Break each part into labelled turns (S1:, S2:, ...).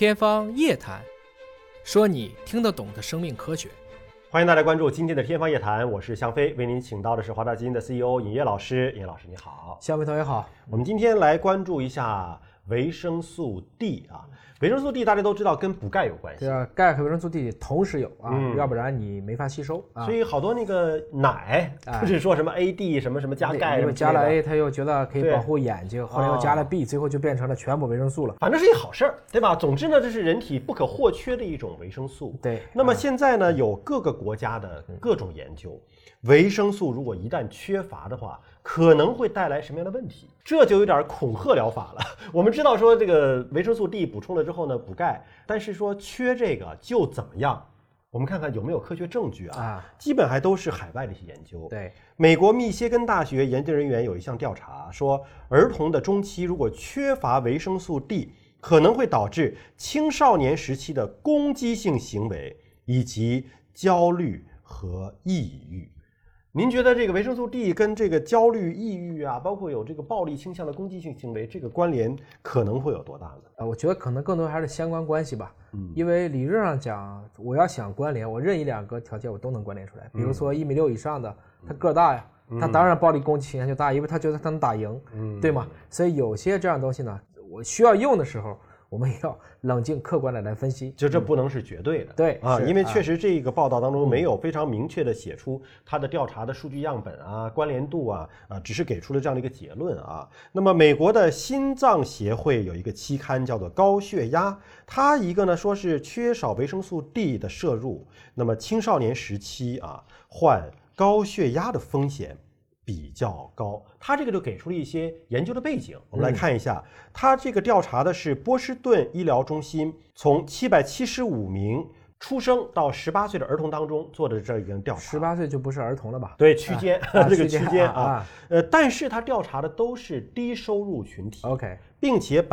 S1: 天方夜谭，说你听得懂的生命科学。
S2: 欢迎大家关注今天的天方夜谭，我是向飞，为您请到的是华大基因的 CEO 尹烨老师。尹烨老师你好。
S1: 向飞同学好。
S2: 我们今天来关注一下维生素 D 啊。维生素 D 大家都知道跟补钙有关系，
S1: 对啊，钙和维生素 D 同时有啊，要不然你没法吸收啊。
S2: 所以好多那个奶不是说什么 AD 什么什么加钙，
S1: 因为加了 A 他又觉得可以保护眼睛，后来又加了 B，最后就变成了全补维生素了。
S2: 反正是一好事儿，对吧？总之呢，这是人体不可或缺的一种维生素。
S1: 对。
S2: 那么现在呢，有各个国家的各种研究，维生素如果一旦缺乏的话，可能会带来什么样的问题？这就有点恐吓疗法了。我们知道说这个维生素 D 补充了之后呢，补钙，但是说缺这个就怎么样？我们看看有没有科学证据啊？基本还都是海外的一些研究。
S1: 对，
S2: 美国密歇根大学研究人员有一项调查说，儿童的中期如果缺乏维生素 D， 可能会导致青少年时期的攻击性行为以及焦虑和抑郁。您觉得这个维生素 D 跟这个焦虑、抑郁啊，包括有这个暴力倾向的攻击性行为，这个关联可能会有多大呢？
S1: 我觉得可能更多还是相关关系吧。因为理论上讲，我要想关联，我任意两个条件我都能关联出来。比如说1.6米以上的，他个大呀，他当然暴力攻击倾向就大，因为他觉得他能打赢，对吗？所以有些这样的东西呢，我需要用的时候，我们也要冷静客观的来分析，
S2: 就这不能是绝对的，
S1: 对
S2: 啊，因为确实这个报道当中没有非常明确的写出它的调查的数据样本啊、关联度啊，只是给出了这样的一个结论啊。那么美国的心脏协会有一个期刊叫做《高血压》，它一个呢说是缺少维生素 D 的摄入，那么青少年时期啊患高血压的风险比较高。他这个就给出了一些研究的背景，我们来看一下。他这个调查的是波士顿医疗中心从775名出生到18岁的儿童当中做的这一个调查。
S1: 18岁就不是儿童了吧？
S2: 对，区间这个区间啊，但是他调查的都是低收入群体
S1: ，OK，
S2: 并且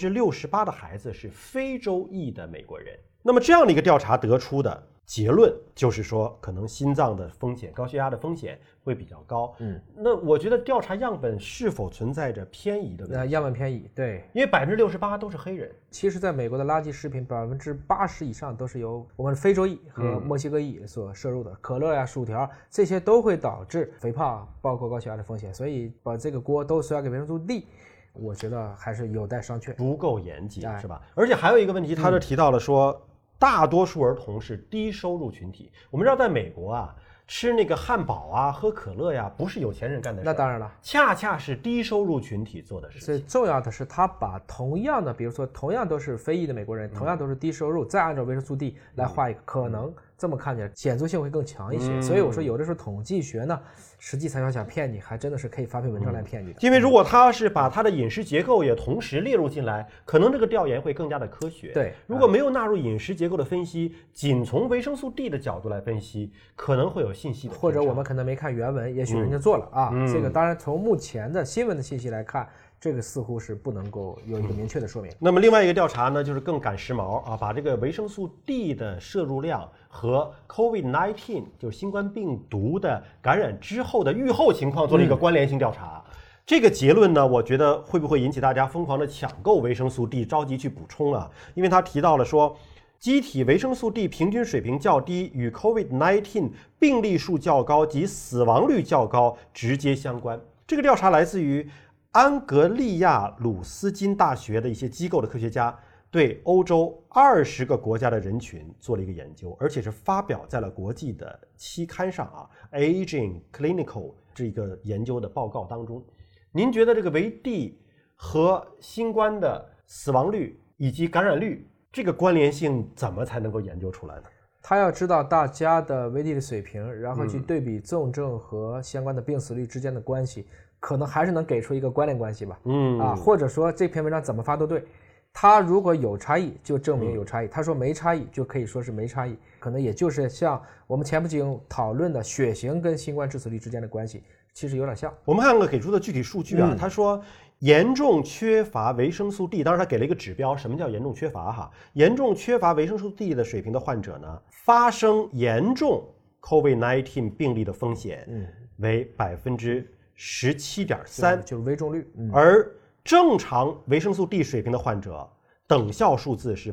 S2: 68%的孩子是非洲裔的美国人。那么这样的一个调查得出的结论就是说，可能心脏的风险、高血压的风险会比较高。那我觉得调查样本是否存在着偏移的问题？
S1: 样本偏移，对，
S2: 因为68%都是黑人。
S1: 其实，在美国的垃圾食品80%以上都是由我们非洲裔和墨西哥裔所摄入的，可乐呀、薯条这些都会导致肥胖，包括高血压的风险。所以把这个锅都甩给维生素 D， 我觉得还是有待商榷，
S2: 不够严谨，是吧？而且还有一个问题，他就提到了说，大多数儿童是低收入群体。我们知道，在美国啊，吃那个汉堡啊、喝可乐呀，不是有钱人干的事，
S1: 那当然了，
S2: 恰恰是低收入群体做的事情。
S1: 所以重要的是，他把同样的，比如说同样都是非裔的美国人，同样都是低收入，再按照维生素 D 来画一个，可能这么看起来显著性会更强一些。所以我说，有的时候统计学呢，实际上要想骗你，还真的是可以发篇文章来骗你的。
S2: 因为如果他是把他的饮食结构也同时列入进来，可能这个调研会更加的科学。
S1: 对，
S2: 如果没有纳入饮食结构的分析，仅从维生素 D 的角度来分析，可能会有信息的偏差，
S1: 或者我们可能没看原文，也许人家做了啊。这个当然从目前的新闻的信息来看，这个似乎是不能够有一个明确的说明。
S2: 那么另外一个调查呢，就是更赶时髦啊，把这个维生素 D 的摄入量和 COVID-19 就是新冠病毒的感染之后的预后情况做了一个关联性调查。这个结论呢，我觉得会不会引起大家疯狂的抢购维生素 D， 着急去补充啊？因为他提到了说，机体维生素 D 平均水平较低，与 COVID-19 病例数较高及死亡率较高直接相关。这个调查来自于安格利亚鲁斯金大学的一些机构的科学家，对欧洲20个国家的人群做了一个研究，而且是发表在了国际的期刊上啊 ，Aging Clinical 这个研究的报告当中。您觉得这个维 D 和新冠的死亡率以及感染率这个关联性怎么才能够研究出来呢？
S1: 他要知道大家的维 D 的水平，然后去对比重症和相关的病死率之间的关系，可能还是能给出一个关联关系吧。或者说这篇文章怎么发都对，他如果有差异就证明有差异，他说没差异就可以说是没差异，可能也就是像我们前不久讨论的血型跟新冠致死率之间的关系，其实有点像。
S2: 我们看看给出的具体数据啊，他说严重缺乏维生素 D， 当然他给了一个指标，什么叫严重缺乏哈？严重缺乏维生素 D 的水平的患者呢，发生严重 COVID-19 病例的风险为17.3%，
S1: 就是危重率。
S2: 而正常维生素 D 水平的患者等效数字是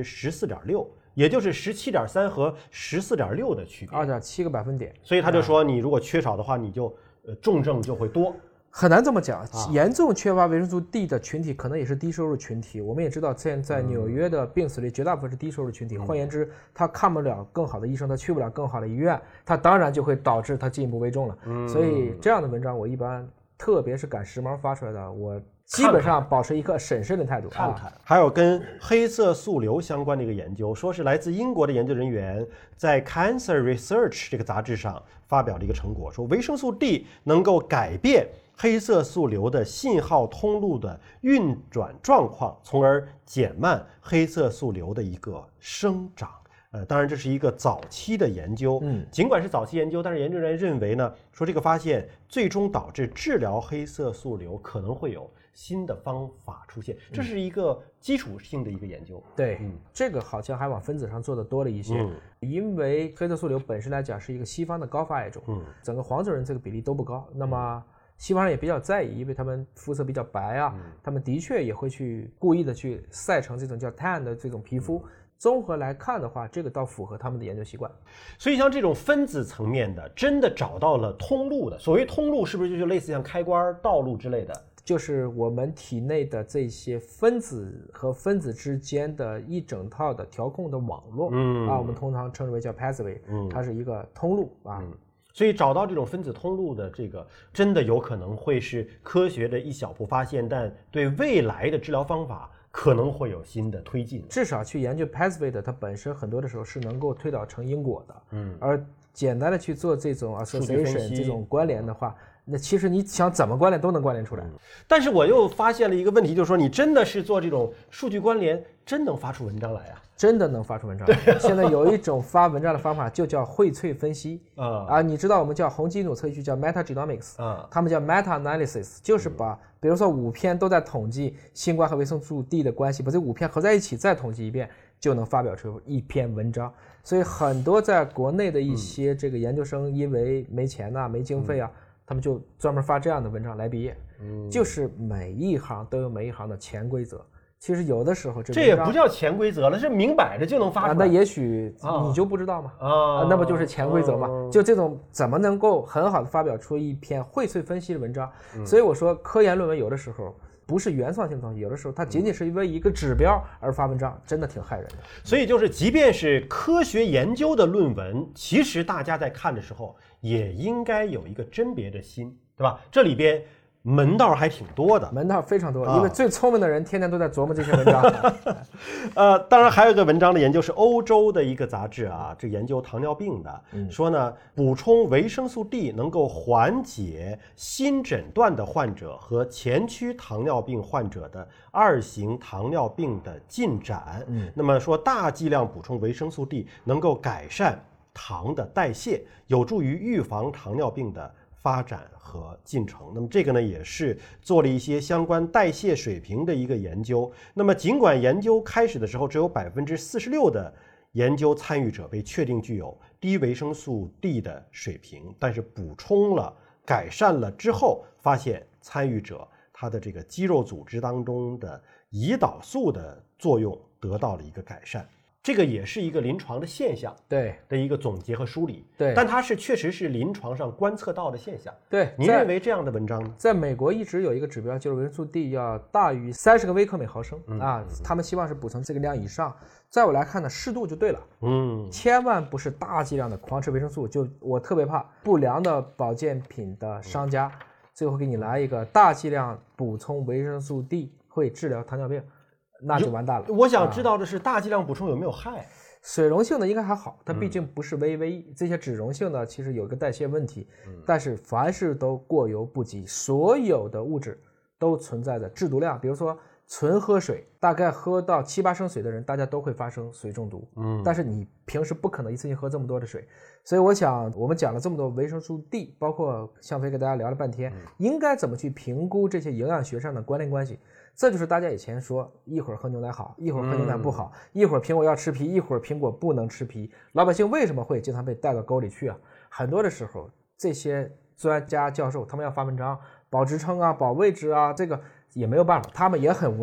S2: 14.6%，也就是17.3和14.6的区别
S1: ，2.7个百分点。
S2: 所以他就说，你如果缺少的话，你就重症就会多。
S1: 很难这么讲，严重缺乏维生素 D 的群体可能也是低收入群体。我们也知道，现在纽约的病死率绝大部分是低收入群体。换言之，他看不了更好的医生，他去不了更好的医院，他当然就会导致他进一步危重了。所以这样的文章，我一般特别是赶时髦发出来的，我基本上保持一个审慎的态度。
S2: 看看，还有跟黑色素瘤相关的一个研究，说是来自英国的研究人员在 Cancer Research 这个杂志上发表了一个成果，说维生素 D 能够改变黑色素瘤的信号通路的运转状况，从而减慢黑色素瘤的一个生长。当然这是一个早期的研究，尽管是早期研究，但是研究人员认为呢，说这个发现最终导致治疗黑色素瘤可能会有新的方法出现，这是一个基础性的一个研究。
S1: 对，这个好像还往分子上做的多了一些，因为黑色素瘤本身来讲是一个西方的高发癌种，整个黄种人这个比例都不高，那么西方人也比较在意，因为他们肤色比较白啊，他们的确也会去故意的去晒成这种叫 tan 的这种皮肤。综合来看的话，这个倒符合他们的研究习惯。
S2: 所以像这种分子层面的，真的找到了通路的，所谓通路是不是就是类似像开关、道路之类的？
S1: 就是我们体内的这些分子和分子之间的一整套的调控的网络，我们通常称之为叫 pathway，它是一个通路啊。
S2: 所以找到这种分子通路的这个，真的有可能会是科学的一小步发现，但对未来的治疗方法可能会有新的推进。
S1: 至少去研究 pathway 的，它本身很多的时候是能够推导成因果的。而简单的去做这种 association 这种关联的话，那其实你想怎么关联都能关联出来。
S2: 但是我又发现了一个问题，就是说你真的是做这种数据关联，真能发出文章来啊？
S1: 真的能发出文章。现在有一种发文章的方法，就叫荟萃分析。你知道我们叫宏基因组测序叫 metagenomics，他们叫 meta analysis， 就是把比如说5篇都在统计新冠和维生素 D 的关系，把这5篇合在一起再统计一遍，就能发表出一篇文章。所以很多在国内的一些这个研究生，因为没钱啊、没经费啊，他们就专门发这样的文章来毕业。就是每一行都有每一行的潜规则。其实有的时候
S2: 这也不叫潜规则了，这明摆着就能发出来。
S1: 那也许你就不知道吗？那不就是潜规则吗？就这种怎么能够很好的发表出一篇荟萃分析的文章？所以我说科研论文有的时候不是原创性的东西，有的时候它仅仅是因为一个指标而发文章，真的挺害人的。
S2: 所以就是即便是科学研究的论文，其实大家在看的时候也应该有一个甄别的心，对吧？这里边门道还挺多的，
S1: 门道非常多，因为最聪明的人天天都在琢磨这些文章。
S2: 当然还有一个文章的研究是欧洲的一个杂志啊，这研究糖尿病的，说呢补充维生素 D 能够缓解新诊断的患者和前驱糖尿病患者的2型糖尿病的进展。那么说大剂量补充维生素 D 能够改善糖的代谢，有助于预防糖尿病的发展和进程。那么这个呢也是做了一些相关代谢水平的一个研究。那么尽管研究开始的时候只有46%的研究参与者被确定具有低维生素 D 的水平，但是补充了改善了之后，发现参与者他的这个肌肉组织当中的胰岛素的作用得到了一个改善。这个也是一个临床的现象，
S1: 对
S2: 的一个总结和梳理，
S1: 对，
S2: 但它是确实是临床上观测到的现象，
S1: 对。
S2: 您认为这样的文章呢？
S1: 在美国一直有一个指标，就是维生素 D 要大于30个微克每毫升他们希望是补充这个量以上。在我来看呢，适度就对了，千万不是大剂量的狂吃维生素。就我特别怕不良的保健品的商家，最后给你来一个大剂量补充维生素 D 会治疗糖尿病。那就完蛋了。
S2: 我想知道的是，大剂量补充有没有害？
S1: 水溶性的应该还好，它毕竟不是 VVE，这些脂溶性的其实有一个代谢问题。但是凡事都过犹不及，所有的物质都存在着制毒量。比如说纯喝水，大概喝到7、8升水的人，大家都会发生水中毒。但是你平时不可能一次性喝这么多的水。所以我想，我们讲了这么多维生素 D， 包括向飞给大家聊了半天，应该怎么去评估这些营养学上的关联关系？这就是大家以前说一会儿喝牛奶好，一会儿喝牛奶不好，一会儿苹果要吃皮，一会儿苹果不能吃皮。老百姓为什么会经常被带到沟里去啊？很多的时候，这些专家教授他们要发文章保职称啊，保位置啊，这个也没有办法，他们也很无奈。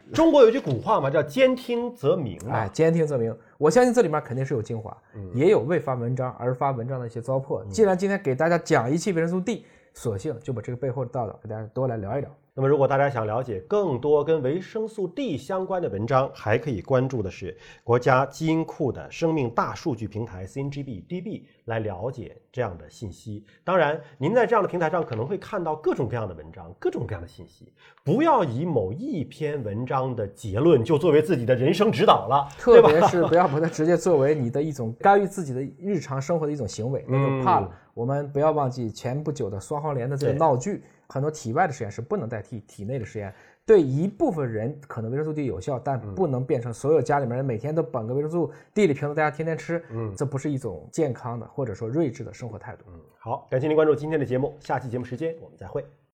S2: 中国有句古话嘛，叫兼听则明
S1: 哎，兼听则明。我相信这里面肯定是有精华，也有为发文章而发文章的一些糟粕。既然今天给大家讲一期维生素 D，索性就把这个背后的道道给大家多来聊一聊。
S2: 那么如果大家想了解更多跟维生素 D 相关的文章，还可以关注的是国家基因库的生命大数据平台 CNGB-DB 来了解这样的信息。当然，您在这样的平台上可能会看到各种各样的文章，各种各样的信息。不要以某一篇文章的结论就作为自己的人生指导了，
S1: 特别是不要把它直接作为你的一种干预自己的日常生活的一种行为，那就怕了。我们不要忘记前不久的双黄连的这个闹剧，很多体外的实验是不能代替体内的实验。对一部分人可能维生素 D 有效，但不能变成所有家里面人每天都绑个维生素 D 里瓶子，大家天天吃。这不是一种健康的或者说睿智的生活态度。
S2: 好，感谢您关注今天的节目，下期节目时间我们再会。